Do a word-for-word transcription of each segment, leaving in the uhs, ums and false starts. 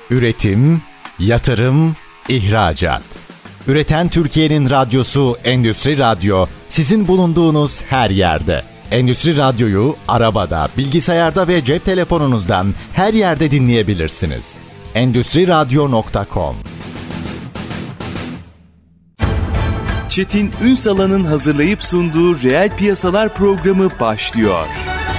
Üretim, yatırım, ihracat. Üreten Türkiye'nin radyosu Endüstri Radyo, sizin bulunduğunuz her yerde. Endüstri Radyo'yu arabada, bilgisayarda ve cep telefonunuzdan her yerde dinleyebilirsiniz. endüstri radyo nokta com. Çetin Ünsal'ın hazırlayıp sunduğu Reel Piyasalar programı başlıyor.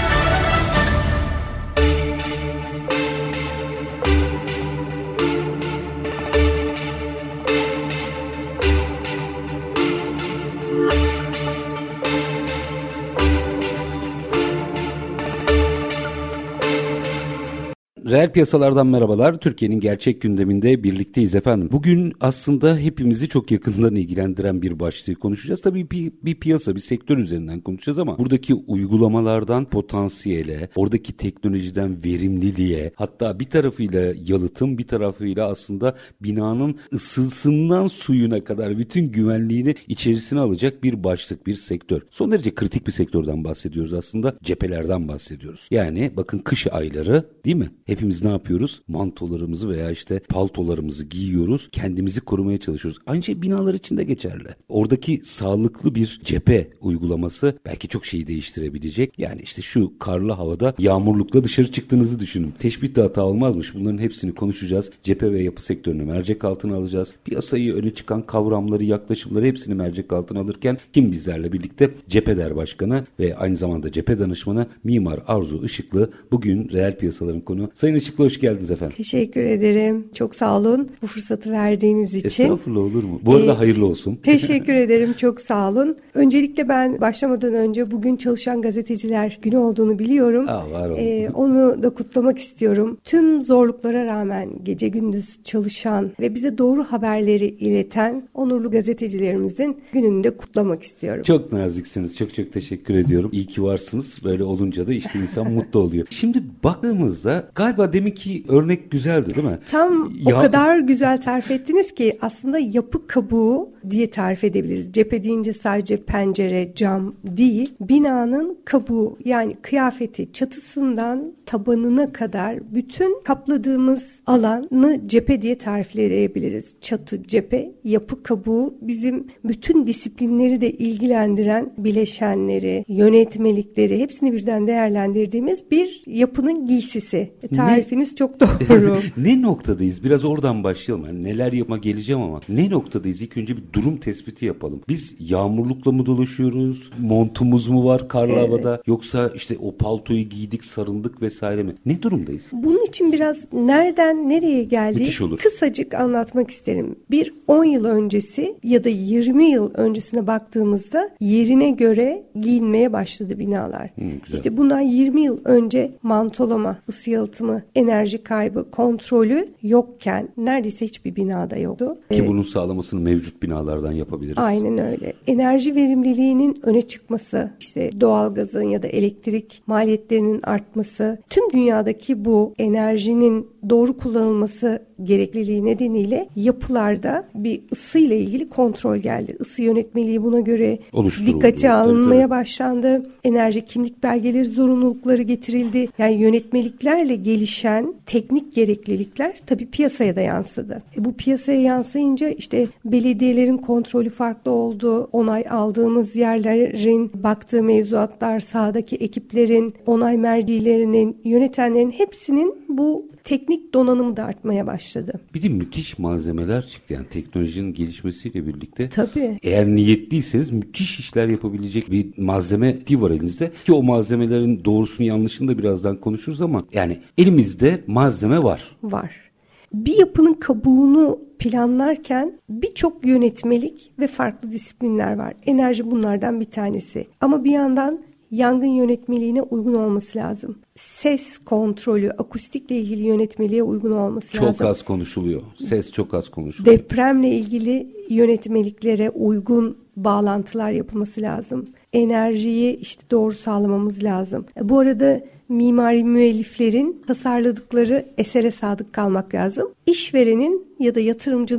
Reel piyasalardan merhabalar. Türkiye'nin gerçek gündeminde birlikteyiz efendim. Bugün aslında hepimizi çok yakından ilgilendiren bir başlığı konuşacağız. Tabii bir, bir piyasa, bir sektör üzerinden konuşacağız ama buradaki uygulamalardan potansiyele, oradaki teknolojiden verimliliğe, hatta bir tarafıyla yalıtım, bir tarafıyla aslında binanın ısısından suyuna kadar bütün güvenliğini içerisine alacak bir başlık, bir sektör. Son derece kritik bir sektörden bahsediyoruz aslında. Cephelerden bahsediyoruz. Yani bakın kış ayları, değil mi? Hepimiz ne yapıyoruz? Mantolarımızı veya işte paltolarımızı giyiyoruz. Kendimizi korumaya çalışıyoruz. Aynı şey binalar için de geçerli. Oradaki sağlıklı bir cephe uygulaması belki çok şeyi değiştirebilecek. Yani işte şu karlı havada yağmurlukla dışarı çıktığınızı düşünün. Teşbih de hata olmazmış. Bunların hepsini konuşacağız. Cephe ve yapı sektörünü mercek altına alacağız. Piyasayı öne çıkan kavramları, yaklaşımları hepsini mercek altına alırken kim bizlerle birlikte? Cepheder Başkanı ve aynı zamanda cephe danışmanı Mimar Arzu Işıklı. Bugün reel piyasaların konu. Sayın Işıklı hoş geldiniz efendim. Teşekkür ederim. Çok sağ olun bu fırsatı verdiğiniz için. Estağfurullah, olur mu? Bu arada ee, hayırlı olsun. Teşekkür ederim. Çok sağ olun. Öncelikle ben başlamadan önce bugün Çalışan Gazeteciler Günü olduğunu biliyorum. Aa, var olun. Ee, onu da kutlamak istiyorum. Tüm zorluklara rağmen gece gündüz çalışan ve bize doğru haberleri ileten onurlu gazetecilerimizin gününü de kutlamak istiyorum. Çok naziksiniz. Çok çok teşekkür ediyorum. İyi ki varsınız. Böyle olunca da işte insan mutlu oluyor. Şimdi baktığımızda galiba deminki örnek güzeldi değil mi? Tam ya... o kadar güzel tarif ettiniz ki aslında yapı kabuğu diye tarif edebiliriz. Cephe deyince sadece pencere, cam değil. Binanın kabuğu, yani kıyafeti, çatısından tabanına kadar bütün kapladığımız alanı cephe diye tarifleyebiliriz. Çatı, cephe, yapı kabuğu bizim bütün disiplinleri de ilgilendiren bileşenleri, yönetmelikleri hepsini birden değerlendirdiğimiz bir yapının giysisi. Tarifiniz ne? Çok doğru. Ne noktadayız? Biraz oradan başlayalım. Yani neler yapma geleceğim ama ne noktadayız? İlk önce bir durum tespiti yapalım. Biz yağmurlukla mı dolaşıyoruz? Montumuz mu var karlı evet. havada? Yoksa işte o paltoyu giydik, sarındık vesaire mi? Ne durumdayız? Bunun için biraz nereden nereye geldiği kısacık anlatmak isterim. Bir on yıl öncesi ya da yirmi yıl öncesine baktığımızda yerine göre giyinmeye başladı binalar. Hmm, işte bundan yirmi yıl önce mantolama, ısı yalıtımı, enerji kaybı, kontrolü yokken neredeyse hiçbir binada yoktu. Ki ee, bunun sağlamasını mevcut binalardan yapabiliriz. Aynen öyle. Enerji verimliliğinin öne çıkması, işte doğalgazın ya da elektrik maliyetlerinin artması, tüm dünyadaki bu enerjinin doğru kullanılması gerekliliği nedeniyle yapılarda bir ısıyla ilgili kontrol geldi. Isı yönetmeliği buna göre dikkate alınmaya tabii, tabii. başlandı. Enerji kimlik belgeleri zorunlulukları getirildi. Yani yönetmeliklerle gelişen teknik gereklilikler tabii piyasaya da yansıdı. E bu piyasaya yansıyınca işte belediyelerin kontrolü farklı oldu. Onay aldığımız yerlerin baktığı mevzuatlar, sahadaki ekiplerin, onay mercilerinin, yönetenlerin hepsinin bu teknik donanımı da artmaya başladı. Bir de müthiş malzemeler çıktı. Yani teknolojinin gelişmesiyle birlikte. Tabii. Eğer niyetliyseniz müthiş işler yapabilecek bir malzeme var elinizde. Ki o malzemelerin doğrusunu yanlışını da birazdan konuşuruz ama yani elimizde malzeme var. Var. Bir yapının kabuğunu planlarken birçok yönetmelik ve farklı disiplinler var. Enerji bunlardan bir tanesi. Ama bir yandan yangın yönetmeliğine uygun olması lazım. Ses kontrolü, akustikle ilgili yönetmeliğe uygun olması çok lazım. Çok az konuşuluyor. Ses çok az konuşuluyor. Depremle ilgili yönetmeliklere uygun bağlantılar yapılması lazım. Enerjiyi işte doğru sağlamamız lazım. Bu arada mimari müelliflerin tasarladıkları esere sadık kalmak lazım. İşverenin ya da yatırımcının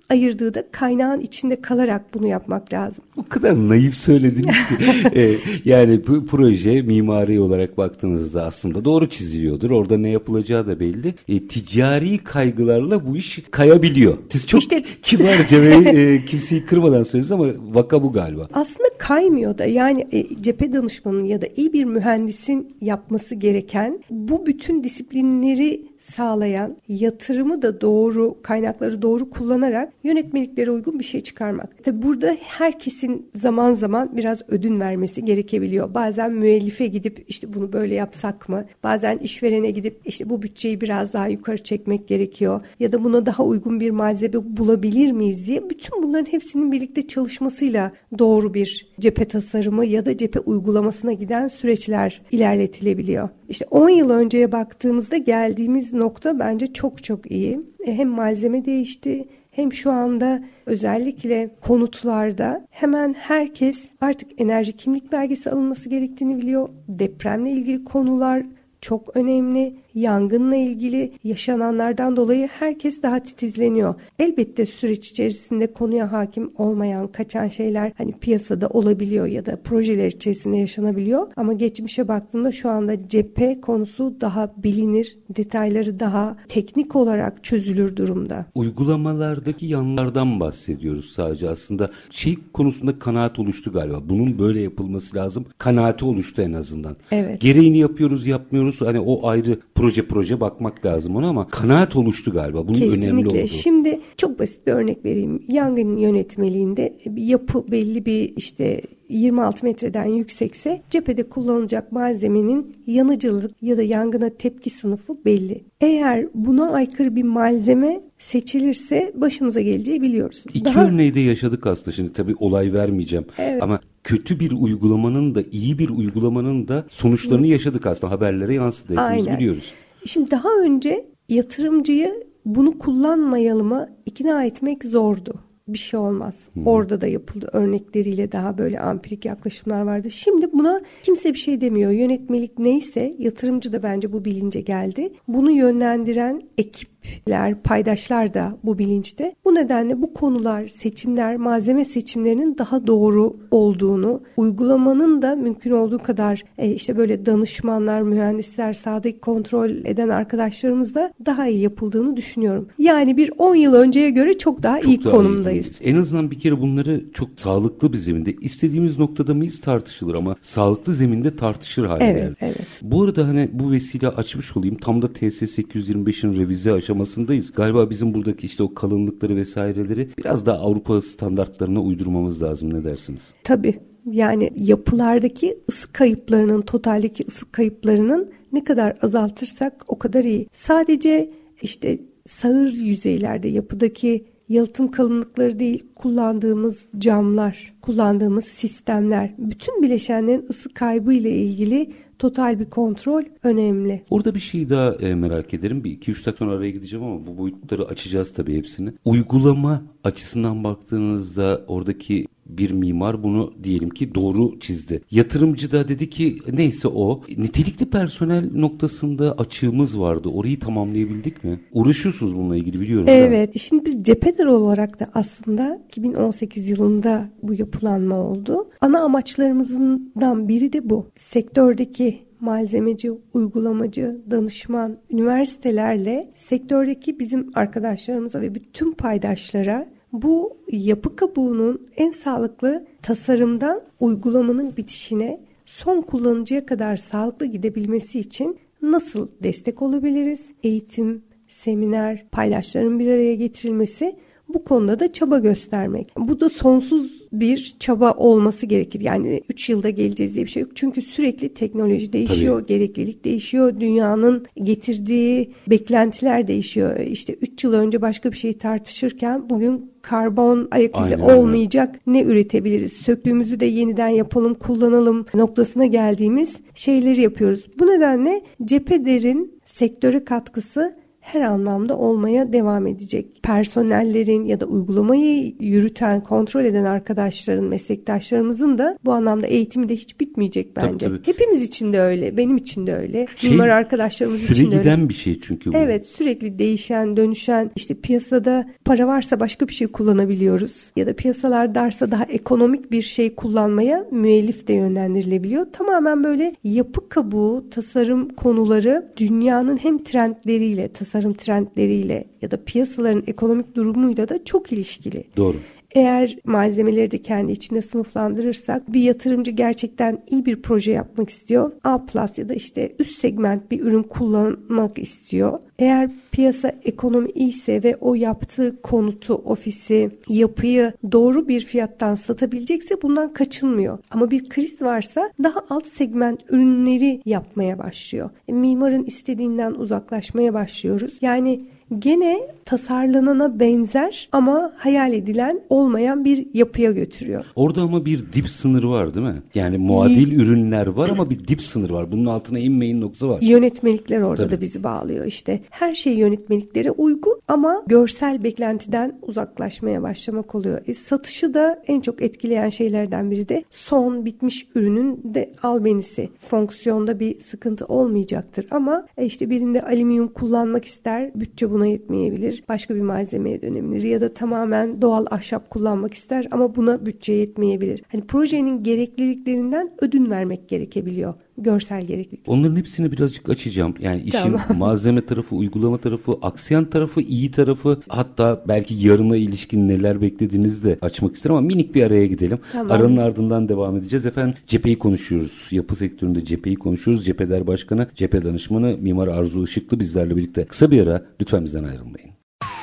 ayırdığı da kaynağın içinde kalarak bunu yapmak lazım. O kadar naif söylediniz ki. e, yani bu proje mimari olarak baktığınızda aslında doğru çiziliyordur. Orada ne yapılacağı da belli. E, ticari kaygılarla bu iş kayabiliyor. Siz çok işte... kibarca ve e, kimseyi kırmadan söylüyorsunuz ama vaka bu galiba. Aslında kaymıyor da yani e, cephe danışmanının ya da iyi bir mühendisin yapması gereken bu bütün disiplinleri sağlayan, yatırımı da doğru, kaynakları doğru kullanarak yönetmeliklere uygun bir şey çıkarmak. Tabi burada herkesin zaman zaman biraz ödün vermesi gerekebiliyor. Bazen müellife gidip işte bunu böyle yapsak mı? Bazen işverene gidip işte bu bütçeyi biraz daha yukarı çekmek gerekiyor. Ya da buna daha uygun bir malzeme bulabilir miyiz diye bütün bunların hepsinin birlikte çalışmasıyla doğru bir cephe tasarımı ya da cephe uygulamasına giden süreçler ilerletilebiliyor. İşte on yıl önceye baktığımızda geldiğimiz nokta bence çok çok iyi. E, hem malzeme değişti hem şu anda özellikle konutlarda hemen herkes artık enerji kimlik belgesi alınması gerektiğini biliyor. Depremle ilgili konular çok önemli. Yangınla ilgili yaşananlardan dolayı herkes daha titizleniyor. Elbette süreç içerisinde konuya hakim olmayan, kaçan şeyler hani piyasada olabiliyor ya da projeler içerisinde yaşanabiliyor. Ama geçmişe baktığımda şu anda cephe konusu daha bilinir, detayları daha teknik olarak çözülür durumda. Uygulamalardaki yanlardan bahsediyoruz sadece aslında. Şey konusunda kanaat oluştu galiba. Bunun böyle yapılması lazım. Kanaati oluştu en azından. Evet. Gereğini yapıyoruz, yapmıyoruz. Hani o ayrı proje proje bakmak lazım ona ama kanaat oluştu galiba. Bunun kesinlikle önemli olduğu. Şimdi çok basit bir örnek vereyim. Yangın yönetmeliğinde bir yapı belli bir işte yirmi altı metreden yüksekse cephede kullanılacak malzemenin yanıcılık ya da yangına tepki sınıfı belli. Eğer buna aykırı bir malzeme seçilirse başımıza geleceği biliyoruz. İki Daha... örneği de yaşadık aslında. Şimdi tabii olay vermeyeceğim. Evet. Ama kötü bir uygulamanın da iyi bir uygulamanın da sonuçlarını yaşadık aslında. Haberlere yansıdı. Hepimiz Aynen. biliyoruz. Şimdi daha önce yatırımcıyı bunu kullanmayalıma ikna etmek zordu. Bir şey olmaz. Hmm. Orada da yapıldı örnekleriyle daha böyle ampirik yaklaşımlar vardı. Şimdi buna kimse bir şey demiyor. Yönetmelik neyse yatırımcı da bence bu bilince geldi. Bunu yönlendiren ekipler, paydaşlar da bu bilinçte. Bu nedenle bu konular, seçimler, malzeme seçimlerinin daha doğru olduğunu, uygulamanın da mümkün olduğu kadar e, işte böyle danışmanlar, mühendisler, sahadaki kontrol eden arkadaşlarımız da daha iyi yapıldığını düşünüyorum. Yani bir on yıl önceye göre çok daha çok iyi daha konumdayız. Iyi. En azından bir kere bunları çok sağlıklı bir zeminde, istediğimiz noktada mıyız tartışılır ama sağlıklı zeminde tartışır hale evet, geldi. Evet. Bu arada hani bu vesile açmış olayım. Tam da T S sekiz yüz yirmi beşin revize aşamasındayız. Galiba bizim buradaki işte o kalınlıkları vesaireleri biraz daha Avrupa standartlarına uydurmamız lazım. Ne dersiniz? Tabii. Yani yapılardaki ısı kayıplarının, totaldeki ısı kayıplarının ne kadar azaltırsak o kadar iyi. Sadece işte sağır yüzeylerde yapıdaki yalıtım kalınlıkları değil, kullandığımız camlar, kullandığımız sistemler, bütün bileşenlerin ısı kaybı ile ilgili total bir kontrol önemli. Orada bir şey daha e, merak ederim. Bir iki üç dakika sonra araya gideceğim ama bu boyutları açacağız tabii hepsini. Uygulama açısından baktığınızda oradaki bir mimar bunu diyelim ki doğru çizdi. Yatırımcı da dedi ki neyse o. Nitelikli personel noktasında açığımız vardı. Orayı tamamlayabildik mi? Uğraşıyorsunuz bununla ilgili biliyorum. Evet. Da. Şimdi biz cepheder olarak da aslında iki bin on sekiz yılında bu yapılanma oldu. Ana amaçlarımızdan biri de bu. Sektördeki malzemeci, uygulamacı, danışman, üniversitelerle sektördeki bizim arkadaşlarımıza ve bütün paydaşlara bu yapı kabuğunun en sağlıklı tasarımdan uygulamanın bitişine son kullanıcıya kadar sağlıklı gidebilmesi için nasıl destek olabiliriz? Eğitim, seminer, paydaşların bir araya getirilmesi, bu konuda da çaba göstermek. Bu da sonsuz bir çaba olması gerekir. Yani üç yılda geleceğiz diye bir şey yok. Çünkü sürekli teknoloji değişiyor, tabii, gereklilik değişiyor, dünyanın getirdiği beklentiler değişiyor. İşte üç yıl önce başka bir şeyi tartışırken bugün karbon ayak izi Aynen olmayacak öyle. Ne üretebiliriz? Söktüğümüzü de yeniden yapalım, kullanalım noktasına geldiğimiz şeyleri yapıyoruz. Bu nedenle Cepheder'in sektöre katkısı her anlamda olmaya devam edecek. Personellerin ya da uygulamayı yürüten, kontrol eden arkadaşların, meslektaşlarımızın da bu anlamda eğitimi de hiç bitmeyecek bence. Tabii, tabii. Hepimiz için de öyle, benim için de öyle. Şey, mimar arkadaşlarımız için de öyle. Süre giden bir şey çünkü bu. Evet, sürekli değişen, dönüşen, işte piyasada para varsa başka bir şey kullanabiliyoruz. Ya da piyasalar darsa daha ekonomik bir şey kullanmaya müellif de yönlendirilebiliyor. Tamamen böyle yapı kabuğu, tasarım konuları dünyanın hem trendleriyle, tasarım trendleriyle ya da piyasaların ekonomik durumuyla da çok ilişkili. Doğru. Eğer malzemeleri de kendi içinde sınıflandırırsak bir yatırımcı gerçekten iyi bir proje yapmak istiyor. A plus ya da işte üst segment bir ürün kullanmak istiyor. Eğer piyasa ekonomi iyiyse ve o yaptığı konutu, ofisi, yapıyı doğru bir fiyattan satabilecekse bundan kaçınmıyor. Ama bir kriz varsa daha alt segment ürünleri yapmaya başlıyor. E, mimarın istediğinden uzaklaşmaya başlıyoruz. Yani gene tasarlanana benzer ama hayal edilen olmayan bir yapıya götürüyor. Orada ama bir dip sınırı var değil mi? Yani muadil ürünler var ama bir dip sınırı var. Bunun altına inmeyin noktası var. Yönetmelikler orada Tabii. da bizi bağlıyor işte. Her şey yönetmeliklere uygun ama görsel beklentiden uzaklaşmaya başlamak oluyor. E, satışı da en çok etkileyen şeylerden biri de son bitmiş ürünün de albenisi. Fonksiyonda bir sıkıntı olmayacaktır ama e, işte birinde alüminyum kullanmak ister, bütçe buna yetmeyebilir. Başka bir malzemeye dönebilir ya da tamamen doğal ahşap kullanmak ister ama buna bütçe yetmeyebilir. Hani projenin gerekliliklerinden ödün vermek gerekebiliyor. Görsel gereklilik. Onların hepsini birazcık açacağım. Yani işin tamam. malzeme tarafı, uygulama tarafı, aksayan tarafı, iyi tarafı, hatta belki yarına ilişkin neler beklediğinizi de açmak isterim ama minik bir araya gidelim. Tamam. Aranın ardından devam edeceğiz. Efendim cepheyi konuşuyoruz. Yapı sektöründe cepheyi konuşuyoruz. Cepheder Başkanı, cephe danışmanı Mimar Arzu Işıklı bizlerle birlikte. Kısa bir ara, lütfen bizden ayrılmayın.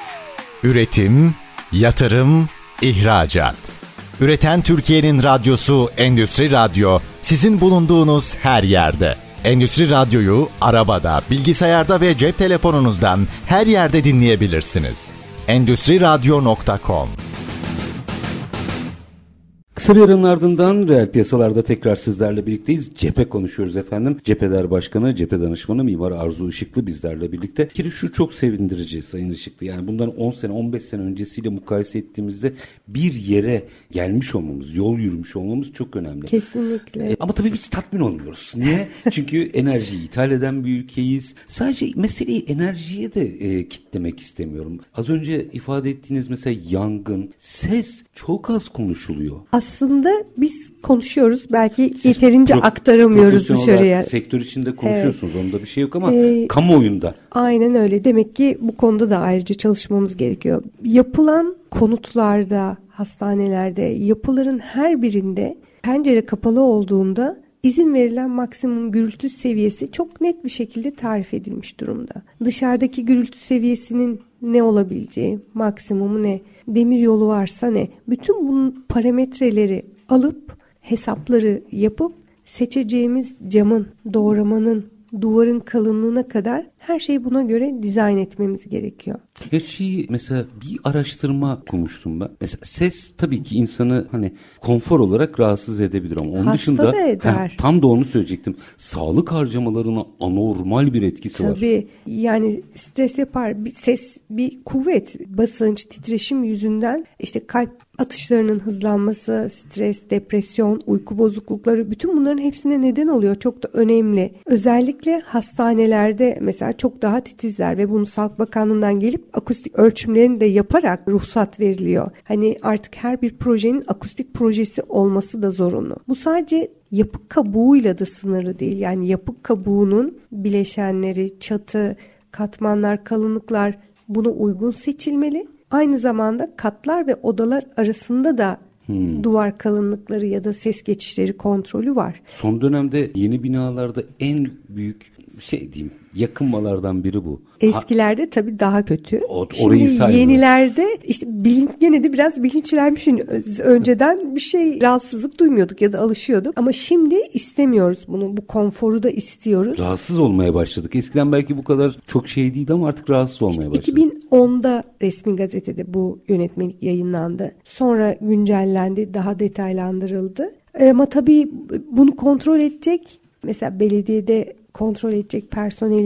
Üretim, yatırım, ihracat. Üreten Türkiye'nin radyosu Endüstri Radyo, sizin bulunduğunuz her yerde. Endüstri Radyo'yu arabada, bilgisayarda ve cep telefonunuzdan her yerde dinleyebilirsiniz. endüstri radyo nokta com. Kısa bir aranın ardından reel piyasalarda tekrar sizlerle birlikteyiz. Cephe konuşuyoruz efendim. Cepheder Başkanı, cephe danışmanı Mimar Arzu Işıklı bizlerle birlikte. Ki şu çok sevindirici Sayın Işıklı. Yani bundan on sene, on beş sene öncesiyle mukayese ettiğimizde bir yere gelmiş olmamız, yol yürümüş olmamız çok önemli. Kesinlikle. E, ama tabii biz tatmin olmuyoruz. Niye? Çünkü enerjiyi ithal eden bir ülkeyiz. Sadece meseleyi enerjiye de e, kitlemek istemiyorum. Az önce ifade ettiğiniz mesela yangın, ses çok az konuşuluyor. Aslında biz konuşuyoruz. Belki Siz yeterince prof- aktaramıyoruz dışarıya. Sektör içinde konuşuyorsunuz. Evet. Onda bir şey yok ama ee, kamuoyunda. Aynen öyle. Demek ki bu konuda da ayrıca çalışmamız gerekiyor. Yapılan konutlarda, hastanelerde, yapıların her birinde pencere kapalı olduğunda izin verilen maksimum gürültü seviyesi çok net bir şekilde tarif edilmiş durumda. Dışarıdaki gürültü seviyesinin ne olabileceği, maksimumu ne, demir yolu varsa ne, bütün bunun parametreleri alıp hesapları yapıp seçeceğimiz camın, doğramanın, duvarın kalınlığına kadar her şeyi buna göre dizayn etmemiz gerekiyor. Gerçi mesela bir araştırma okumuştum ben. Mesela ses tabii ki insanı hani konfor olarak rahatsız edebilir ama onun Hasta dışında da eder. Heh, tam da onu söyleyecektim. Sağlık harcamalarına anormal bir etkisi tabii, var. Tabii yani stres yapar. Bir ses bir kuvvet, basınç, titreşim yüzünden işte kalp atışlarının hızlanması, stres, depresyon, uyku bozuklukları bütün bunların hepsine neden oluyor. Çok da önemli. Özellikle hastanelerde mesela çok daha titizler ve bunu Sağlık Bakanlığı'ndan gelip akustik ölçümlerini de yaparak ruhsat veriliyor. Hani artık her bir projenin akustik projesi olması da zorunlu. Bu sadece yapı kabuğuyla da sınırlı değil. Yani yapı kabuğunun bileşenleri, çatı, katmanlar, kalınlıklar buna uygun seçilmeli. Aynı zamanda katlar ve odalar arasında da hmm. duvar kalınlıkları ya da ses geçişleri kontrolü var. Son dönemde yeni binalarda en büyük şey diyeyim yakınmalardan biri bu. Eskilerde ha, tabii daha kötü. O, Şimdi yenilerde işte bilinç gene de biraz bilinçlenmiş. Önceden bir şey rahatsızlık duymuyorduk ya da alışıyorduk. Ama şimdi istemiyoruz bunu. Bu konforu da istiyoruz. Rahatsız olmaya başladık. Eskiden belki bu kadar çok şey değildi ama artık rahatsız olmaya işte başladık. iki bin onda resmi gazetede bu yönetmelik yayınlandı. Sonra güncellendi, daha detaylandırıldı. Ama tabii bunu kontrol edecek, mesela belediyede kontrol edecek personelin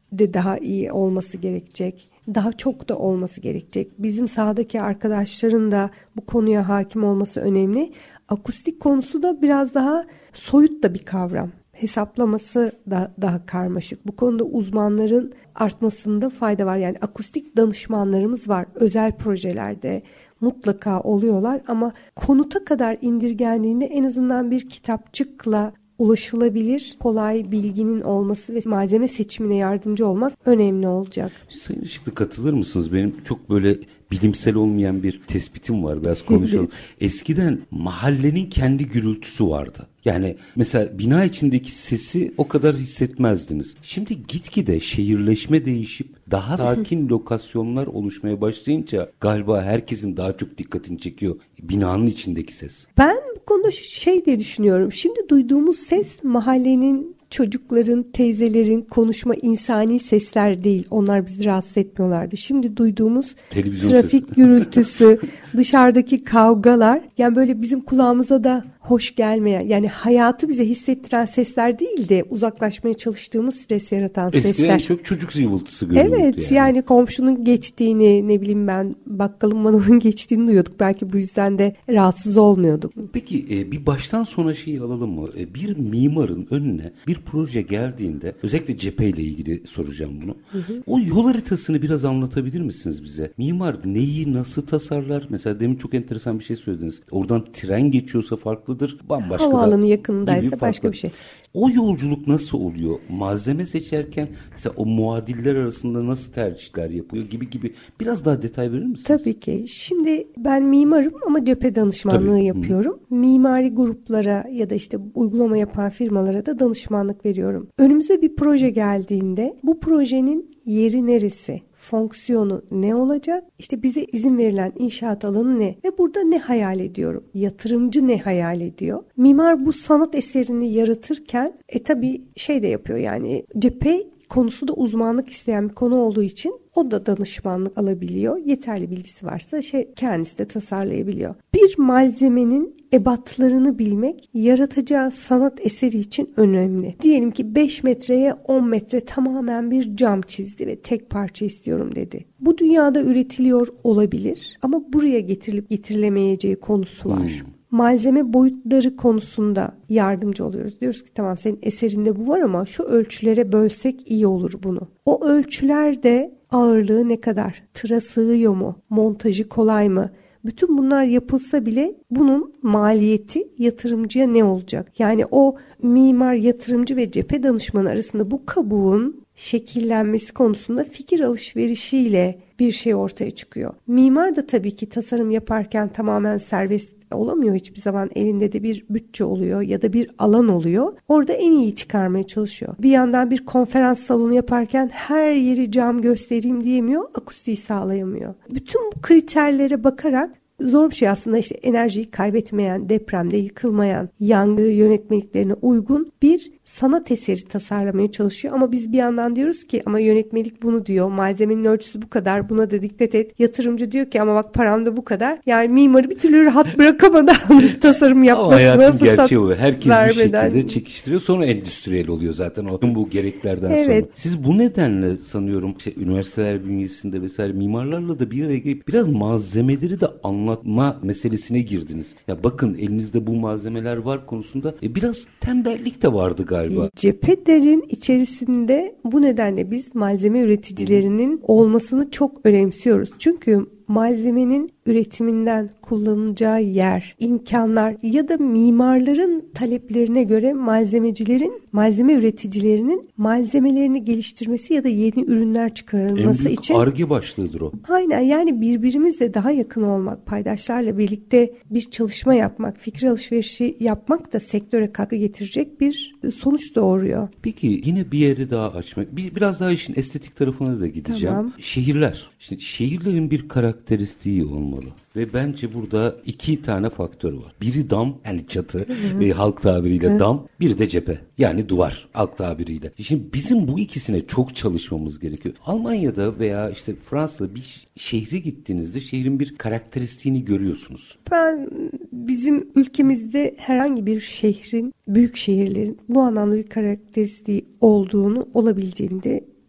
de daha iyi olması gerekecek. Daha çok da olması gerekecek. Bizim sahadaki arkadaşların da bu konuya hakim olması önemli. Akustik konusu da biraz daha soyut da bir kavram. Hesaplaması da daha karmaşık. Bu konuda uzmanların artmasında fayda var. Yani akustik danışmanlarımız var. Özel projelerde mutlaka oluyorlar ama konuta kadar indirgendiğinde en azından bir kitapçıkla ulaşılabilir, kolay bilginin olması ve malzeme seçimine yardımcı olmak önemli olacak. Sayın Işıklı, katılır mısınız? Benim çok böyle bilimsel olmayan bir tespitim var. Biraz konuşalım. Eskiden mahallenin kendi gürültüsü vardı. Yani mesela bina içindeki sesi o kadar hissetmezdiniz. Şimdi gitgide şehirleşme değişip daha sakin lokasyonlar oluşmaya başlayınca galiba herkesin daha çok dikkatini çekiyor binanın içindeki ses. Ben bu konuda şey diye düşünüyorum. Şimdi duyduğumuz ses mahallenin, çocukların, teyzelerin konuşma, insani sesler değil. Onlar bizi rahatsız etmiyorlardı. Şimdi duyduğumuz televizyon trafik sesi, gürültüsü, dışarıdaki kavgalar, yani böyle bizim kulağımıza da hoş gelmeyen, yani hayatı bize hissettiren sesler değil de uzaklaşmaya çalıştığımız stres yaratan Eskiden sesler. Eskiden çok çocuk zıvıltısı görüyorduk. Evet yani. yani komşunun geçtiğini, ne bileyim ben bakkalın manavın geçtiğini duyuyorduk. Belki bu yüzden de rahatsız olmuyorduk. Peki e, bir baştan sona şeyi alalım mı? E, bir mimarın önüne bir proje geldiğinde, özellikle cepheyle ilgili soracağım bunu. Hı hı. O yol haritasını biraz anlatabilir misiniz bize? Mimar neyi nasıl tasarlar? Mesela demin çok enteresan bir şey söylediniz. Oradan tren geçiyorsa farklıdır, bambaşka. Havaalanı yakınındaysa başka bir şey. O yolculuk nasıl oluyor? Malzeme seçerken mesela o muadiller arasında nasıl tercihler yapıyor gibi gibi. Biraz daha detay verir misiniz? Tabii ki. Şimdi ben mimarım ama cephe danışmanlığı Tabii. yapıyorum. Hı. Mimari gruplara ya da işte uygulama yapan firmalara da danışmanlık veriyorum. Önümüze bir proje geldiğinde bu projenin yeri neresi, fonksiyonu ne olacak? İşte bize izin verilen inşaat alanı ne? Ve burada ne hayal ediyorum? Yatırımcı ne hayal ediyor? Mimar bu sanat eserini yaratırken e tabii şey de yapıyor, yani cephe konusu da uzmanlık isteyen bir konu olduğu için o da danışmanlık alabiliyor. Yeterli bilgisi varsa şey kendisi de tasarlayabiliyor. Bir malzemenin ebatlarını bilmek yaratacağı sanat eseri için önemli. Diyelim ki beş metreye on metre tamamen bir cam çizdi ve tek parça istiyorum dedi. Bu dünyada üretiliyor olabilir ama buraya getirilip getirilemeyeceği konusu var. Hmm. Malzeme boyutları konusunda yardımcı oluyoruz. Diyoruz ki tamam, senin eserinde bu var ama şu ölçülere bölsek iyi olur bunu. O ölçülerde ağırlığı ne kadar? Tıra sığıyor mu? Montajı kolay mı? Bütün bunlar yapılsa bile bunun maliyeti yatırımcıya ne olacak? Yani o mimar, yatırımcı ve cephe danışmanı arasında bu kabuğun şekillenmesi konusunda fikir alışverişiyle bir şey ortaya çıkıyor. Mimar da tabii ki tasarım yaparken tamamen serbest olamıyor hiçbir zaman. Elinde de bir bütçe oluyor ya da bir alan oluyor. Orada en iyi çıkarmaya çalışıyor. Bir yandan bir konferans salonu yaparken her yeri cam göstereyim diyemiyor, akustiği sağlayamıyor. Bütün bu kriterlere bakarak zor bir şey aslında, işte enerjiyi kaybetmeyen, depremde yıkılmayan, yangın yönetmeliklerine uygun bir sanat eseri tasarlamaya çalışıyor. Ama biz bir yandan diyoruz ki ama yönetmelik bunu diyor, malzemenin ölçüsü bu kadar, buna da dikkat et. Yatırımcı diyor ki ama bak param da bu kadar. Yani mimarı bir türlü rahat bırakamadan tasarım yapmasına hayatın fırsat gerçeği o. Herkes vermeden. bir şekilde çekiştiriyor, sonra endüstriyel oluyor zaten o bu gereklerden evet. sonra. Siz bu nedenle sanıyorum işte üniversiteler bünyesinde vesaire mimarlarla da bir araya gelip biraz malzemeleri de anlatma meselesine girdiniz. Ya bakın elinizde bu malzemeler var konusunda e, biraz tembellik de vardı galiba. Cephe'lerin içerisinde bu nedenle biz malzeme üreticilerinin olmasını çok önemsiyoruz. Çünkü malzemenin üretiminden kullanılacağı yer, imkanlar ya da mimarların taleplerine göre malzemecilerin, malzeme üreticilerinin malzemelerini geliştirmesi ya da yeni ürünler çıkarılması en için. En büyük Ar-Ge başlığıdır o. Aynen, yani birbirimizle daha yakın olmak, paydaşlarla birlikte bir çalışma yapmak, fikir alışverişi yapmak da sektöre katkı getirecek bir sonuç doğuruyor. Peki yine bir yeri daha açmak, bir, biraz daha işin estetik tarafına da gideceğim. Tamam. Şehirler. Şimdi şehirlerin bir karakteristiği olmalı. Ve bence burada iki tane faktör var. Biri dam, yani çatı e, halk tabiriyle dam. Biri de cephe, yani duvar halk tabiriyle. Şimdi bizim bu ikisine çok çalışmamız gerekiyor. Almanya'da veya işte Fransa'da bir şehre gittiğinizde şehrin bir karakteristiğini görüyorsunuz. Ben bizim ülkemizde herhangi bir şehrin, büyük şehirlerin bu anlamda bir karakteristiği olduğunu, olabileceğini de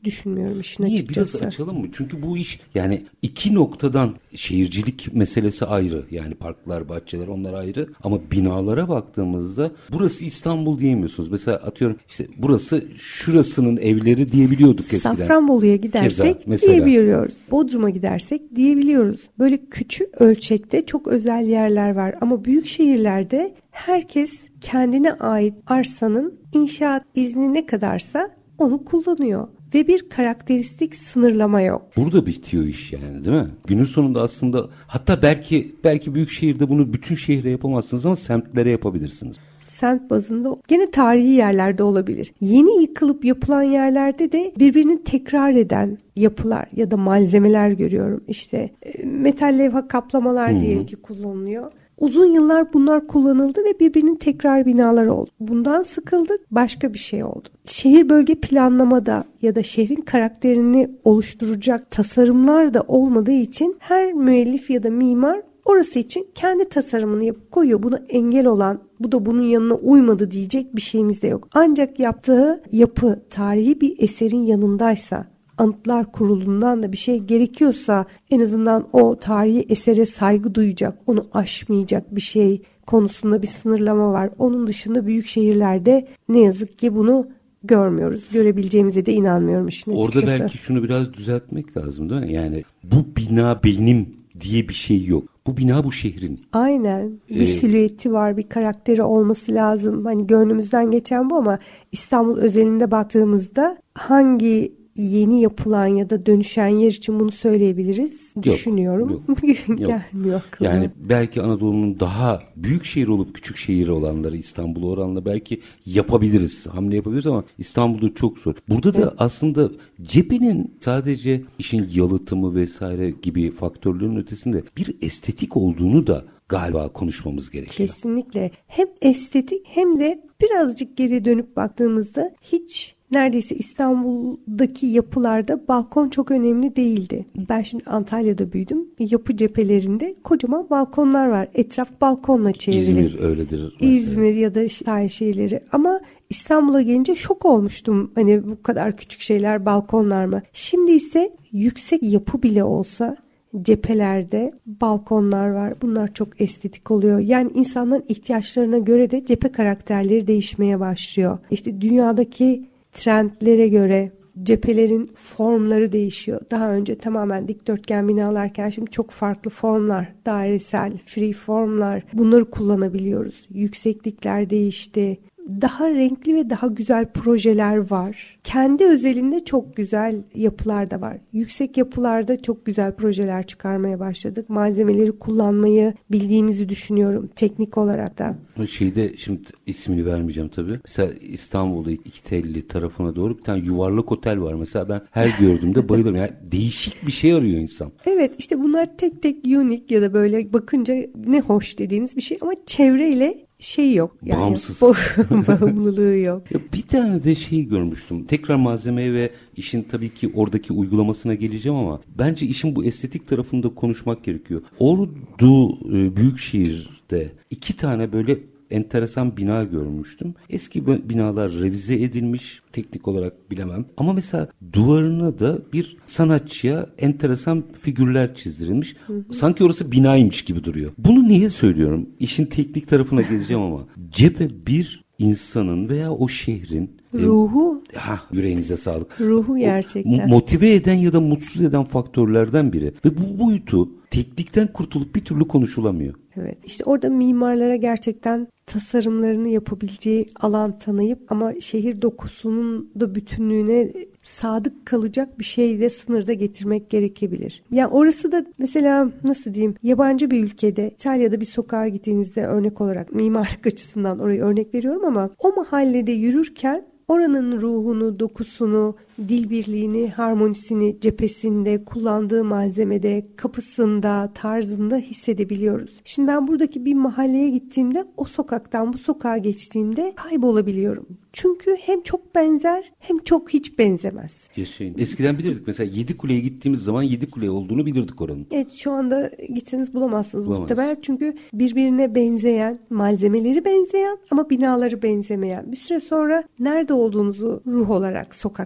düşünmüyorum işin Niye? açıkçası. Biraz açalım mı? Çünkü bu iş yani iki noktadan şehircilik meselesi ayrı. Yani parklar, bahçeler onlar ayrı. Ama binalara baktığımızda burası İstanbul diyemiyorsunuz. Mesela atıyorum işte burası şurasının evleri diyebiliyorduk eskiden. Safranbolu'ya gidersek Keza, diyebiliyoruz. Bodrum'a gidersek diyebiliyoruz. Böyle küçük ölçekte çok özel yerler var. Ama büyük şehirlerde herkes kendine ait arsanın inşaat izni ne kadarsa onu kullanıyor. Ve bir karakteristik sınırlama yok. Burada bitiyor iş yani, değil mi? Günün sonunda aslında hatta belki belki büyük şehirde bunu bütün şehre yapamazsınız ama semtlere yapabilirsiniz. Semt bazında gene tarihi yerlerde olabilir. Yeni yıkılıp yapılan yerlerde de birbirini tekrar eden yapılar ya da malzemeler görüyorum. İşte metal levha kaplamalar hmm. diyelim ki kullanılıyor. Uzun yıllar bunlar kullanıldı ve birbirinin tekrar binaları oldu. Bundan sıkıldık, başka bir şey oldu. Şehir bölge planlamada ya da şehrin karakterini oluşturacak tasarımlar da olmadığı için her müellif ya da mimar orası için kendi tasarımını yapıp koyuyor. Buna engel olan, bu da bunun yanına uymadı diyecek bir şeyimiz de yok. Ancak yaptığı yapı tarihi bir eserin yanındaysa, Anıtlar Kurulu'ndan da bir şey gerekiyorsa en azından o tarihi esere saygı duyacak, onu aşmayacak bir şey konusunda bir sınırlama var. Onun dışında büyük şehirlerde ne yazık ki bunu görmüyoruz. Görebileceğimize de inanmıyorum işin açıkçası. Orada belki şunu biraz düzeltmek lazım değil mi? Yani bu bina benim diye bir şey yok. Bu bina bu şehrin. Aynen. Bir ee, silüeti var, bir karakteri olması lazım. Hani gönlümüzden geçen bu ama İstanbul özelinde baktığımızda hangi yeni yapılan ya da dönüşen yer için bunu söyleyebiliriz yok, düşünüyorum. Yok, Gelmiyor aklıma. Yani belki Anadolu'nun daha büyük şehir olup küçük şehir olanları İstanbul'a oranla belki yapabiliriz, hamle yapabiliriz ama İstanbul'da çok zor. Burada da evet. aslında cephenin sadece işin yalıtımı vesaire gibi faktörlerin ötesinde bir estetik olduğunu da galiba konuşmamız gerekiyor. Kesinlikle. Hem estetik hem de birazcık geri dönüp baktığımızda hiç neredeyse İstanbul'daki yapılarda balkon çok önemli değildi. Ben şimdi Antalya'da büyüdüm. Yapı cephelerinde kocaman balkonlar var. Etraf balkonla çevrili. İzmir öyledir mesela. İzmir ya da sahil şehirleri. Ama İstanbul'a gelince şok olmuştum. Hani bu kadar küçük şeyler, balkonlar mı? Şimdi ise yüksek yapı bile olsa cephelerde balkonlar var. Bunlar çok estetik oluyor. Yani insanların ihtiyaçlarına göre de cephe karakterleri değişmeye başlıyor. İşte dünyadaki trendlere göre cephelerin formları değişiyor. Daha önce tamamen dikdörtgen binalarken şimdi çok farklı formlar, dairesel, free formlar, bunları kullanabiliyoruz. Yükseklikler değişti. Daha renkli ve daha güzel projeler var. Kendi özelinde çok güzel yapılar da var. Yüksek yapılarda çok güzel projeler çıkarmaya başladık. Malzemeleri kullanmayı bildiğimizi düşünüyorum teknik olarak da. O şeyde şimdi ismini vermeyeceğim tabii. Mesela İstanbul'da iki telli tarafına doğru bir tane yuvarlak otel var. Mesela ben her gördüğümde bayılırım. Yani değişik bir şey arıyor insan. Evet işte bunlar tek tek unik ya da böyle bakınca ne hoş dediğiniz bir şey ama çevreyle şey yok. Yani bağımsız. Bağımlılığı yok. Ya bir tane de şey görmüştüm. Tekrar malzemeye ve işin tabii ki oradaki uygulamasına geleceğim ama bence işin bu estetik tarafında konuşmak gerekiyor. Ordu e, Büyükşehir'de iki tane böyle enteresan bina görmüştüm. Eski binalar revize edilmiş, teknik olarak bilemem. Ama mesela duvarına da bir sanatçıya enteresan figürler çizdirilmiş. Hı hı. Sanki orası binaymış gibi duruyor. Bunu niye söylüyorum? İşin teknik tarafına geleceğim ama cephe bir insanın veya o şehrin ruhu. E, ha, yüreğinize sağlık. Ruhu gerçekten. O, motive eden ya da mutsuz eden faktörlerden biri. Ve bu boyutu teknikten kurtulup bir türlü konuşulamıyor. Evet. İşte orada mimarlara gerçekten tasarımlarını yapabileceği alan tanıyıp ama şehir dokusunun da bütünlüğüne sadık kalacak bir şey de sınırda getirmek gerekebilir. Yani orası da mesela nasıl diyeyim yabancı bir ülkede İtalya'da bir sokağa gittiğinizde örnek olarak mimarlık açısından orayı örnek veriyorum ama o mahallede yürürken oranın ruhunu, dokusunu, dil birliğini, harmonisini cephesinde, kullandığı malzemede, kapısında, tarzında hissedebiliyoruz. Şimdi ben buradaki bir mahalleye gittiğimde o sokaktan bu sokağa geçtiğimde kaybolabiliyorum. Çünkü hem çok benzer hem çok hiç benzemez. Yaşayın. Eskiden bilirdik mesela Yedikule'ye gittiğimiz zaman Yedikule olduğunu bilirdik oranın. Evet şu anda gitseniz bulamazsınız muhtemelen. Çünkü birbirine benzeyen, malzemeleri benzeyen ama binaları benzemeyen. Bir süre sonra nerede olduğunuzu ruh olarak sokakta gezer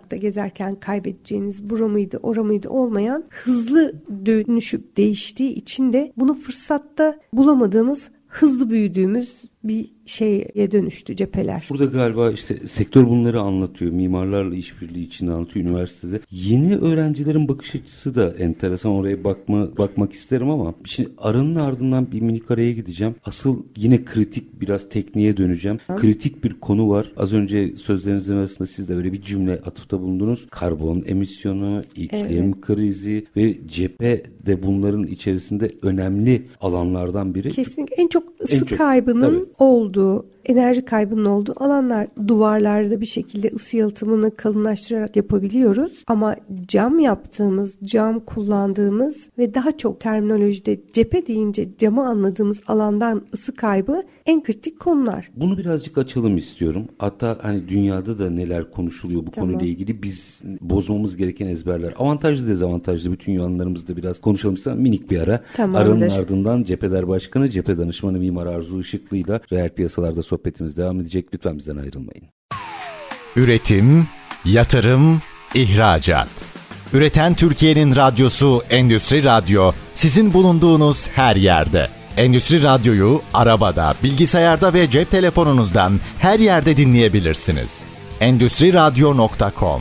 ederken kaybedeceğiniz bura mıydı, ora mıydı olmayan, hızlı dönüşüp değiştiği için de bunu fırsatta bulamadığımız, hızlı büyüdüğümüz bir şeye dönüştü cepheler. Burada galiba işte sektör bunları anlatıyor. Mimarlarla işbirliği içinde anlatıyor üniversitede. Yeni öğrencilerin bakış açısı da enteresan. Oraya bakma, bakmak isterim ama şimdi aranın ardından bir minik araya gideceğim. Asıl yine kritik, biraz tekniğe döneceğim. Hı. Kritik bir konu var. Az önce sözlerinizin arasında siz de böyle bir cümle atıfta bulundunuz. Karbon emisyonu, iklim evet. krizi ve cephe de bunların içerisinde önemli alanlardan biri. Kesinlikle en çok ısı en çok, kaybının tabii. olduğu, enerji kaybının olduğu alanlar. Duvarlarda bir şekilde ısı yalıtımını kalınlaştırarak yapabiliyoruz. Ama cam yaptığımız, cam kullandığımız ve daha çok terminolojide cephe deyince camı anladığımız alandan ısı kaybı en kritik konular. Bunu birazcık açalım istiyorum. Hatta hani dünyada da neler konuşuluyor bu tamam. konuyla ilgili, biz bozmamız gereken ezberler. Avantajlı, dezavantajlı bütün yanlarımızı da biraz konuşalım istedim. Minik bir ara. Tamamdır. Aranın ardından Cepheder Başkanı, Cephe Danışmanı Mimar Arzu Işıklı'yla reel piyasalarda sohbetimiz devam edecek. Lütfen bizden ayrılmayın. Üretim, yatırım, ihracat. Üreten Türkiye'nin radyosu Endüstri Radyo, sizin bulunduğunuz her yerde. Endüstri Radyo'yu arabada, bilgisayarda ve cep telefonunuzdan her yerde dinleyebilirsiniz. endüstri radyo nokta com.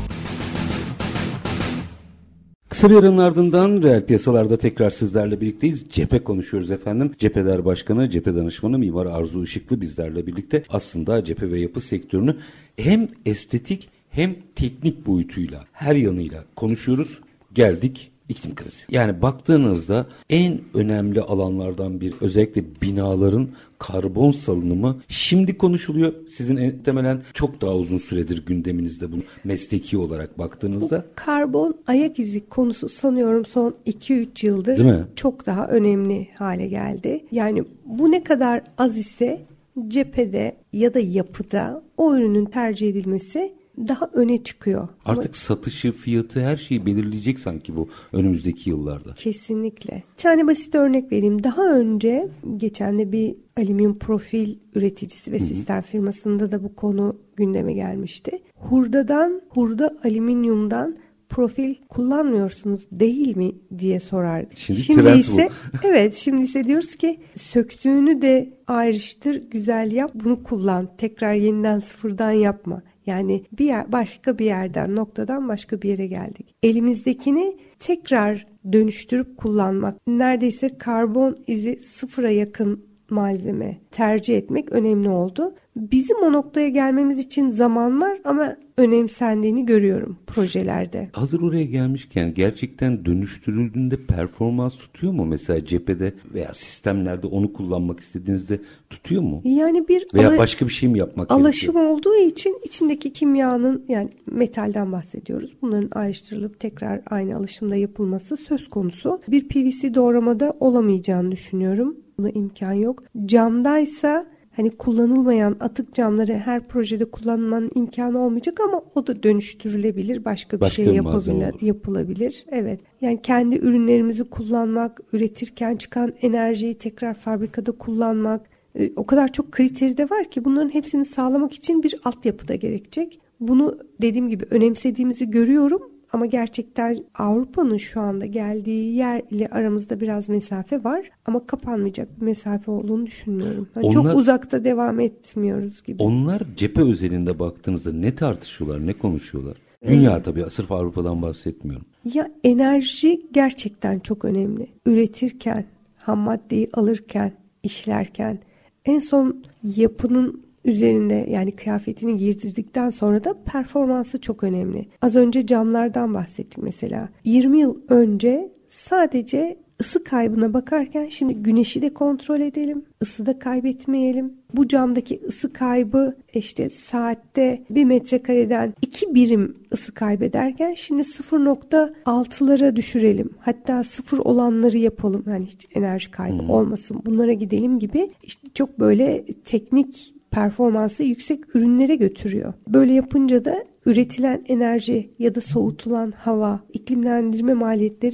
Kısa bir aranın ardından reel piyasalarda tekrar sizlerle birlikteyiz. Cephe konuşuyoruz efendim. Cepheder Başkanı, Cephe Danışmanı Mimar Arzu Işıklı bizlerle birlikte. Aslında cephe ve yapı sektörünü hem estetik hem teknik boyutuyla, her yanıyla konuşuyoruz. Geldik iklim krizi. Yani baktığınızda en önemli alanlardan bir, özellikle binaların karbon salınımı şimdi konuşuluyor. Sizin muhtemelen çok daha uzun süredir gündeminizde bunu mesleki olarak baktığınızda. Bu karbon ayak izi konusu sanıyorum son iki üç yıldır çok daha önemli hale geldi. Yani bu ne kadar az ise cephede ya da yapıda o ürünün tercih edilmesi daha öne çıkıyor. Artık Ama satışı, fiyatı, her şeyi belirleyecek sanki bu önümüzdeki yıllarda. Kesinlikle. Bir tane basit örnek vereyim. Daha önce geçen de bir alüminyum profil üreticisi ve Hı-hı. sistem firmasında da bu konu gündeme gelmişti. Hurdadan, hurda alüminyumdan profil kullanmıyorsunuz değil mi diye sorardı. Şimdi, şimdi ise evet, şimdi ise diyoruz ki söktüğünü de ayrıştır, güzel yap, bunu kullan. Tekrar yeniden sıfırdan yapma. Yani bir yer, başka bir yerden, noktadan başka bir yere geldik. Elimizdekini tekrar dönüştürüp kullanmak, neredeyse karbon izi sıfıra yakın malzeme tercih etmek önemli oldu. Bizim o noktaya gelmemiz için zaman var ama önemsendiğini görüyorum projelerde. Hazır oraya gelmişken gerçekten dönüştürüldüğünde performans tutuyor mu? Mesela cephede veya sistemlerde onu kullanmak istediğinizde tutuyor mu? Yani bir veya ala- başka bir şey mi yapmak alaşım gerekiyor? olduğu için içindeki kimyanın, yani metalden bahsediyoruz. Bunların ayrıştırılıp tekrar aynı alaşımda yapılması söz konusu. Bir P V C doğramada olamayacağını düşünüyorum. Buna imkan yok. Camdaysa hani kullanılmayan atık camları her projede kullanmanın imkanı olmayacak ama o da dönüştürülebilir. Başka bir başka şey bir yapabilir, yapılabilir. Evet. Yani kendi ürünlerimizi kullanmak, üretirken çıkan enerjiyi tekrar fabrikada kullanmak, e, o kadar çok kriteri de var ki bunların hepsini sağlamak için bir altyapı da gerekecek. Bunu dediğim gibi önemsediğimizi görüyorum. Ama gerçekten Avrupa'nın şu anda geldiği yer ile aramızda biraz mesafe var. Ama kapanmayacak bir mesafe olduğunu düşünmüyorum. Yani onlar, çok uzakta devam etmiyoruz gibi. Onlar cephe özelinde baktığınızda ne tartışıyorlar, ne konuşuyorlar? Dünya tabii, sırf Avrupa'dan bahsetmiyorum. Ya enerji gerçekten çok önemli. Üretirken, ham maddeyi alırken, işlerken, en son yapının üzerinde, yani kıyafetini giydirdikten sonra da performansı çok önemli. Az önce camlardan bahsettik mesela. yirmi yıl önce sadece ısı kaybına bakarken şimdi güneşi de kontrol edelim, ısı da kaybetmeyelim. Bu camdaki ısı kaybı işte saatte bir metrekareden iki birim ısı kaybederken şimdi sıfır nokta altılara düşürelim. Hatta sıfır olanları yapalım. Yani hiç enerji kaybı hmm. olmasın. Bunlara gidelim gibi işte çok böyle teknik performansı yüksek ürünlere götürüyor. Böyle yapınca da üretilen enerji ya da soğutulan hava, iklimlendirme maliyetleri çok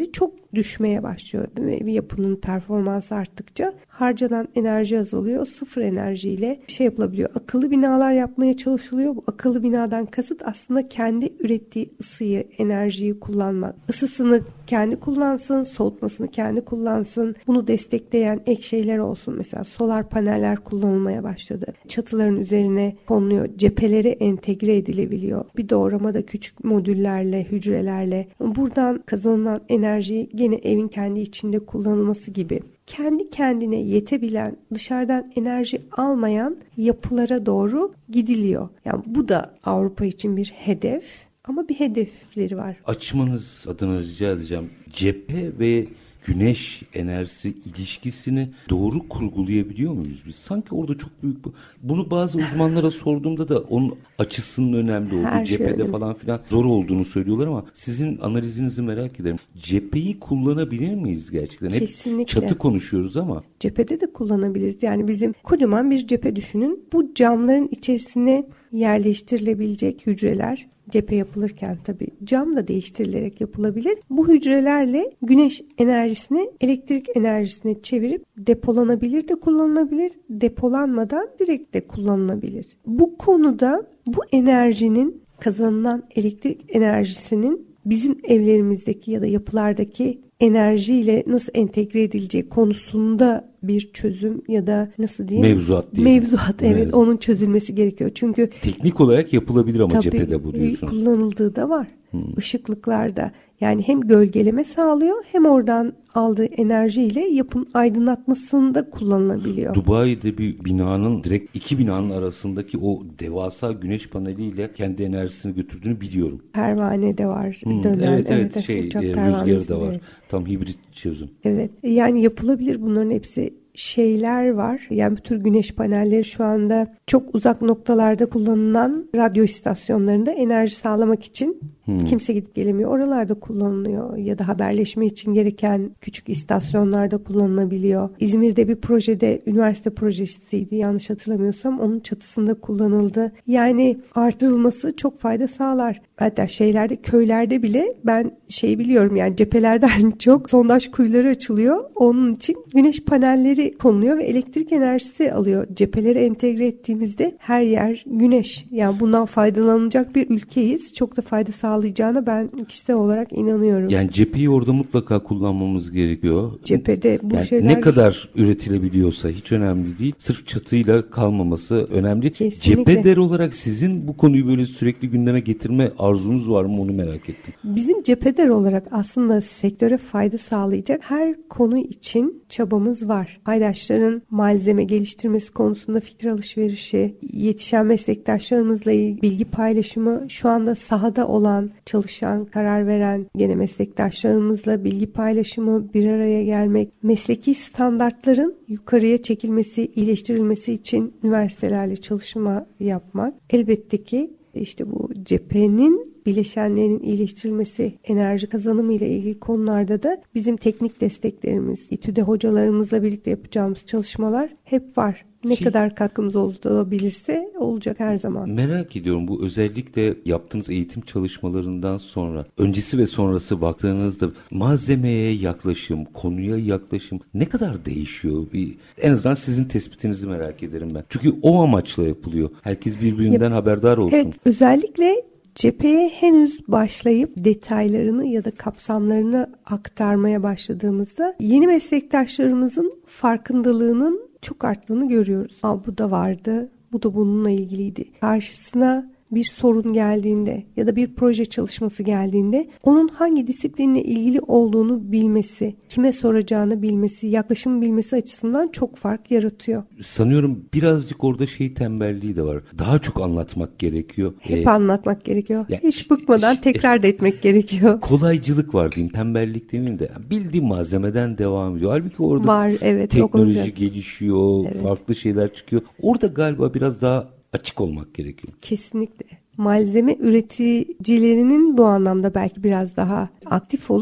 düşmeye başlıyor. Bir yapının performansı arttıkça harcanan enerji azalıyor. O sıfır enerjiyle şey yapılabiliyor. Akıllı binalar yapmaya çalışılıyor. Bu akıllı binadan kasıt aslında kendi ürettiği ısıyı, enerjiyi kullanmak. Isısını kendi kullansın, soğutmasını kendi kullansın. Bunu destekleyen ek şeyler olsun. Mesela solar paneller kullanılmaya başladı. Çatıların üzerine konuluyor. Cephelere entegre edilebiliyor. Bir doğramada küçük modüllerle, hücrelerle. Buradan kazanılan enerjiyi gene evin kendi içinde kullanılması gibi. Kendi kendine yetebilen, dışarıdan enerji almayan yapılara doğru gidiliyor. Yani bu da Avrupa için bir hedef. Ama bir hedefleri var. Açmanız adına rica edeceğim. Cephe ve güneş enerjisi ilişkisini doğru kurgulayabiliyor muyuz biz? Sanki orada çok büyük bu. Bunu bazı uzmanlara sorduğumda da onun açısının önemli olduğu, Her cephede şey falan filan zor olduğunu söylüyorlar ama sizin analizinizi merak ederim. Cepheyi kullanabilir miyiz gerçekten? Kesinlikle. Hep çatı konuşuyoruz ama. Cephede de kullanabiliriz. Yani bizim kocaman bir cephe düşünün. Bu camların içerisine yerleştirilebilecek hücreler, cephe yapılırken tabii cam da değiştirilerek yapılabilir. Bu hücrelerle güneş enerjisini elektrik enerjisine çevirip depolanabilir de kullanılabilir. Depolanmadan direkt de kullanılabilir. Bu konuda bu enerjinin, kazanılan elektrik enerjisinin bizim evlerimizdeki ya da yapılardaki enerjiyle nasıl entegre edileceği konusunda bir çözüm ya da nasıl diyeyim? Mevzuat diyelim. Mevzuat evet, evet onun çözülmesi gerekiyor. Çünkü teknik olarak yapılabilir ama tabii, cephede bu diyorsunuz. Kullanıldığı da var. Hmm. Işıklıklarda yani hem gölgeleme sağlıyor hem oradan aldığı enerjiyle yapının aydınlatmasında kullanılabiliyor. Dubai'de bir binanın direkt iki binanın arasındaki o devasa güneş paneliyle kendi enerjisini götürdüğünü biliyorum. Pervane de var. Hmm, dönen, evet evet, evet şey e, rüzgarı da var. Evet. Tam hibrit çözüm. Evet yani yapılabilir bunların hepsi. Şeyler var. Yani bu tür güneş panelleri şu anda çok uzak noktalarda kullanılan radyo istasyonlarında enerji sağlamak için hmm. kimse gidip gelemiyor. Oralarda kullanılıyor ya da haberleşme için gereken küçük istasyonlarda kullanılabiliyor. İzmir'de bir projede, üniversite projesiydi yanlış hatırlamıyorsam, onun çatısında kullanıldı. Yani artırılması çok fayda sağlar. Hatta şeylerde, köylerde bile ben şey biliyorum yani cephelerden çok sondaj kuyuları açılıyor. Onun için güneş panelleri konuluyor ve elektrik enerjisi alıyor. Cephelere entegre ettiğimizde her yer güneş. Yani bundan faydalanacak bir ülkeyiz. Çok da fayda sağlayacağına ben kişisel olarak inanıyorum. Yani cepheyi orada mutlaka kullanmamız gerekiyor. Cephede bu yani şeyler... Ne kadar üretilebiliyorsa hiç önemli değil. Sırf çatıyla kalmaması önemli. Kesinlikle. Cepheder olarak sizin bu konuyu böyle sürekli gündeme getirme arzunuz var mı, onu merak ettim. Bizim cepheder olarak aslında sektöre fayda sağlayacak her konu için çabamız var. Paydaşların malzeme geliştirmesi konusunda fikir alışverişi, yetişen meslektaşlarımızla bilgi paylaşımı, şu anda sahada olan, çalışan, karar veren gene meslektaşlarımızla bilgi paylaşımı, bir araya gelmek, mesleki standartların yukarıya çekilmesi, iyileştirilmesi için üniversitelerle çalışma yapmak. Elbette ki işte bu cephenin bileşenlerin iyileştirilmesi, enerji kazanımı ile ilgili konularda da bizim teknik desteklerimiz, İTÜ'de hocalarımızla birlikte yapacağımız çalışmalar hep var. Ne şey, kadar katkımız olabilirse olacak her zaman. Merak ediyorum, bu özellikle yaptığınız eğitim çalışmalarından sonra, öncesi ve sonrası baktığınızda malzemeye yaklaşım, konuya yaklaşım ne kadar değişiyor? Bir, en azından sizin tespitinizi merak ederim ben. Çünkü o amaçla yapılıyor. Herkes birbirinden Yap- haberdar olsun. Evet, özellikle cepheye henüz başlayıp detaylarını ya da kapsamlarını aktarmaya başladığımızda yeni meslektaşlarımızın farkındalığının çok arttığını görüyoruz. Aa, bu da vardı, bu da bununla ilgiliydi. Karşısına bir sorun geldiğinde ya da bir proje çalışması geldiğinde onun hangi disiplinle ilgili olduğunu bilmesi, kime soracağını bilmesi, yaklaşımı bilmesi açısından çok fark yaratıyor. Sanıyorum birazcık orada şey tembelliği de var. Daha çok anlatmak gerekiyor. Hep ee, anlatmak gerekiyor. Ya, Hiç bıkmadan ş- tekrar da etmek gerekiyor. Kolaycılık var diyeyim, tembellik demeyeyim de bildiğim malzemeden devam ediyor. Halbuki orada var, evet, teknoloji gelişiyor, evet. Farklı şeyler çıkıyor. Orada galiba biraz daha açık olmak gerekiyor. Kesinlikle. Malzeme üreticilerinin bu anlamda belki biraz daha aktif olup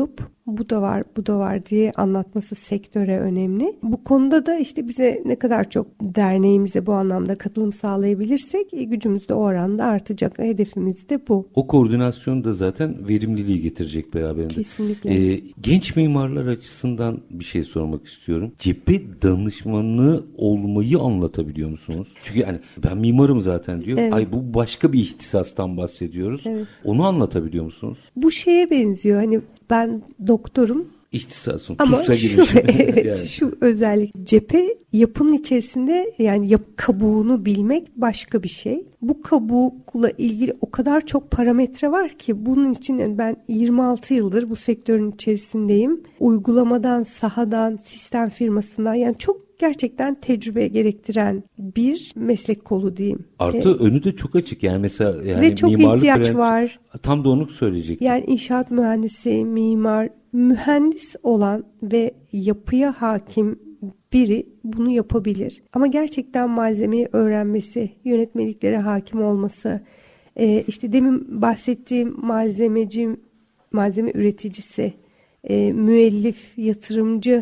bu da var, bu da var diye anlatması sektöre önemli. Bu konuda da işte bize ne kadar çok derneğimize bu anlamda katılım sağlayabilirsek gücümüz de o oranda artacak. Hedefimiz de bu. O koordinasyon da zaten verimliliği getirecek beraberinde. Kesinlikle. Ee, genç mimarlar açısından bir şey sormak istiyorum. Cephe danışmanı olmayı anlatabiliyor musunuz? Çünkü hani ben mimarım zaten diyor. Evet. Ay bu başka bir ihtisastan bahsediyoruz. Evet. Onu anlatabiliyor musunuz? Bu şeye benziyor. Hani ben doktorum. İhtisasım. Ama TUS'a şu, girmişim. evet, yani. şu özellik cephe yapının içerisinde yani yap, kabuğunu bilmek başka bir şey. Bu kabukla ilgili o kadar çok parametre var ki bunun için yani ben yirmi altı yıldır bu sektörün içerisindeyim. Uygulamadan, sahadan, sistem firmasından yani çok gerçekten tecrübe gerektiren bir meslek kolu diyeyim. Artı ee, önü de çok açık yani mesela yani ve çok mimarlık ihtiyaç öğrenci, var. Tam da onu söyleyecektim. Yani inşaat mühendisi, mimar, mühendis olan ve yapıya hakim biri bunu yapabilir. Ama gerçekten malzemeyi öğrenmesi, yönetmeliklere hakim olması, e, işte demin bahsettiğim malzemeci, malzeme üreticisi, e, müellif, yatırımcı,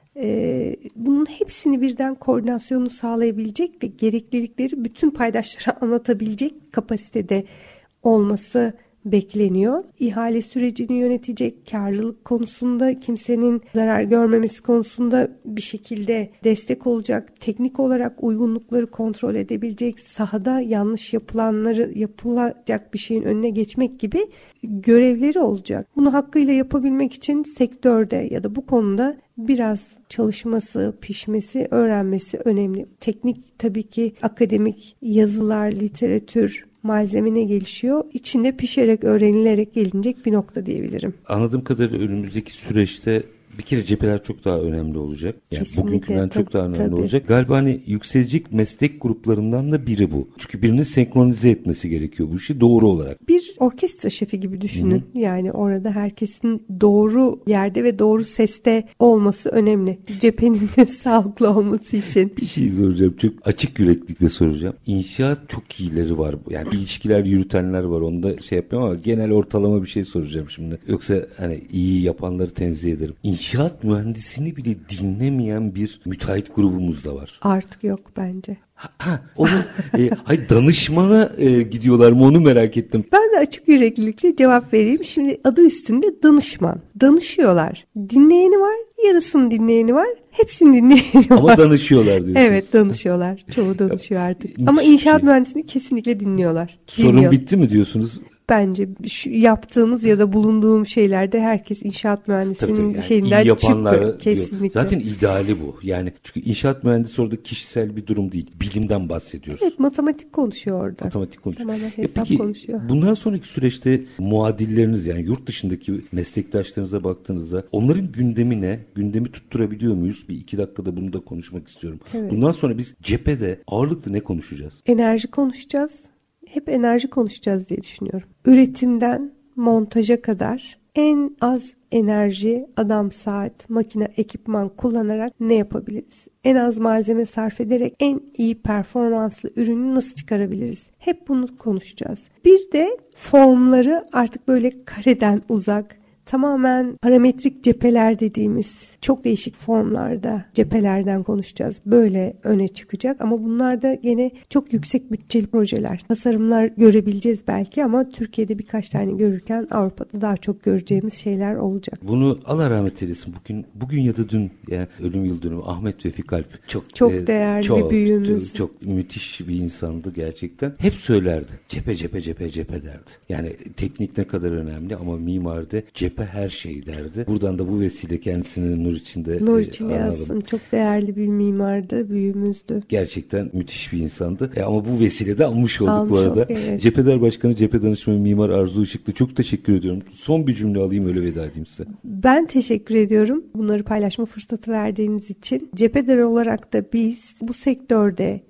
e, bunun hepsini birden koordinasyonu sağlayabilecek ve gereklilikleri bütün paydaşlara anlatabilecek kapasitede olması bekleniyor. İhale sürecini yönetecek, karlılık konusunda kimsenin zarar görmemesi konusunda bir şekilde destek olacak, teknik olarak uygunlukları kontrol edebilecek, sahada yanlış yapılanları yapılacak bir şeyin önüne geçmek gibi görevleri olacak. Bunu hakkıyla yapabilmek için sektörde ya da bu konuda biraz çalışması, pişmesi, öğrenmesi önemli. Teknik tabii ki akademik yazılar, literatür, malzeme ne gelişiyor? İçinde pişerek, öğrenilerek gelinecek bir nokta diyebilirim. Anladığım kadarıyla önümüzdeki süreçte bir kere cepheler çok daha önemli olacak. Yani kesinlikle, bugünkünden tabii, çok daha önemli tabii. olacak. Galiba hani yükselecek meslek gruplarından da biri bu. Çünkü birinin senkronize etmesi gerekiyor bu işi doğru olarak. Bir orkestra şefi gibi düşünün. Hı-hı. Yani orada herkesin doğru yerde ve doğru seste olması önemli. Cephenin de sağlıklı olması için. Bir şey soracağım. Çok açık yüreklilikle soracağım. İnşaat çok iyileri var. Yani ilişkiler yürütenler var. Onda şey yapıyorum ama genel ortalama bir şey soracağım şimdi. Yoksa hani iyi yapanları tenzih ederim. İnşaat mühendisini bile dinlemeyen bir müteahhit grubumuz da var. Artık yok bence. Ha, ha onu e, hayır danışmana e, gidiyorlar mı onu merak ettim. Ben de açık yüreklilikle cevap vereyim. Şimdi adı üstünde danışman. Danışıyorlar. Dinleyeni var, yarısını dinleyeni var, hepsini dinleyeni var. Ama danışıyorlar diyorsunuz. Evet, danışıyorlar. Çoğu danışıyor artık. Müthiş Ama inşaat şey. mühendisini kesinlikle dinliyorlar. Sorun Dinliyor. bitti mi diyorsunuz? Bence şu yaptığımız ya da bulunduğum şeylerde herkes inşaat mühendisinin Tabii tabii, yani şeyinden iyi yapanlar çıktı. Kesinlikle. Diyor. Zaten ideali bu. Yani çünkü inşaat mühendisi orada kişisel bir durum değil. Bilimden bahsediyoruz. Evet, matematik konuşuyor orada. Matematik konuşuyor. Tamamen E hesap peki, konuşuyor. bundan sonraki süreçte muadilleriniz yani yurt dışındaki meslektaşlarınıza baktığınızda onların gündemi ne? Gündemi tutturabiliyor muyuz? Bir iki dakikada bunu da konuşmak istiyorum. Evet. Bundan sonra biz cephede ağırlıklı ne konuşacağız? Enerji konuşacağız. Hep enerji konuşacağız diye düşünüyorum. Üretimden montaja kadar en az enerji, adam saat, makine, ekipman kullanarak ne yapabiliriz? En az malzeme sarf ederek en iyi performanslı ürünü nasıl çıkarabiliriz? Hep bunu konuşacağız. Bir de formları artık böyle kareden uzak, tamamen parametrik cepheler dediğimiz çok değişik formlarda cephelerden konuşacağız. Böyle öne çıkacak ama bunlar da gene çok yüksek bütçeli projeler. Tasarımlar görebileceğiz belki ama Türkiye'de birkaç tane görürken Avrupa'da daha çok göreceğimiz şeyler olacak. Bunu Allah rahmet eylesin. Bugün bugün ya da dün yani ölüm yıl dönümü Ahmet Vefik Alp çok Çok e, değerli çok, bir büyüğümüz. Çok, çok müthiş bir insandı gerçekten. Hep söylerdi. Cephe cephe cephe cephe derdi. Yani teknik ne kadar önemli ama mimaride cephe her şey derdi. Buradan da bu vesile kendisini nur içinde Nur e, içinde analım. yazsın. Çok değerli bir mimardı, büyüğümüzdü. Gerçekten müthiş bir insandı. E, ama bu vesilede almış olduk Almış bu arada. olduk, evet. Cepheder Başkanı, Cephe Danışmanı Mimar Arzu Işıklı. Çok teşekkür ediyorum. Son bir cümle alayım öyle veda edeyim size. Ben teşekkür ediyorum bunları paylaşma fırsatı verdiğiniz için. Cepheder olarak da biz bu sektörde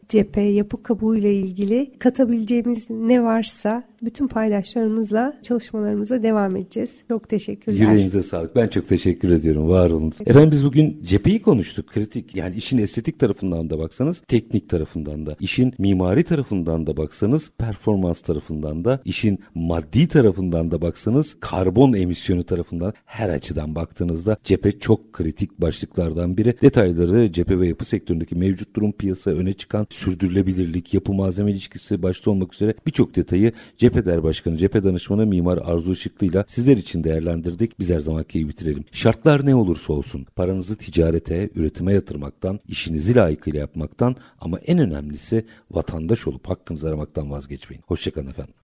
cephe, yapı kabuğu ile ilgili katabileceğimiz ne varsa bütün paydaşlarımızla çalışmalarımıza devam edeceğiz. Çok teşekkürler. Yüreğinize sağlık. Ben çok teşekkür ediyorum. Var olun. Efendim biz bugün cepheyi konuştuk. Kritik. Yani işin estetik tarafından da baksanız, teknik tarafından da, işin mimari tarafından da baksanız, performans tarafından da, işin maddi tarafından da baksanız, karbon emisyonu tarafından, her açıdan baktığınızda cephe çok kritik başlıklardan biri. Detayları cephe ve yapı sektöründeki mevcut durum, piyasa öne çıkan sürdürülebilirlik, yapı malzeme ilişkisi başta olmak üzere birçok detayı Cepheder Başkanı, Cephe Danışmanı Mimar Arzu Işıklı'yla sizler için değerlendirdik. Biz her zamanki bitirelim. Şartlar ne olursa olsun paranızı ticarete, üretime yatırmaktan, işinizi layıkıyla yapmaktan ama en önemlisi vatandaş olup hakkınızı aramaktan vazgeçmeyin. Hoşçakalın efendim.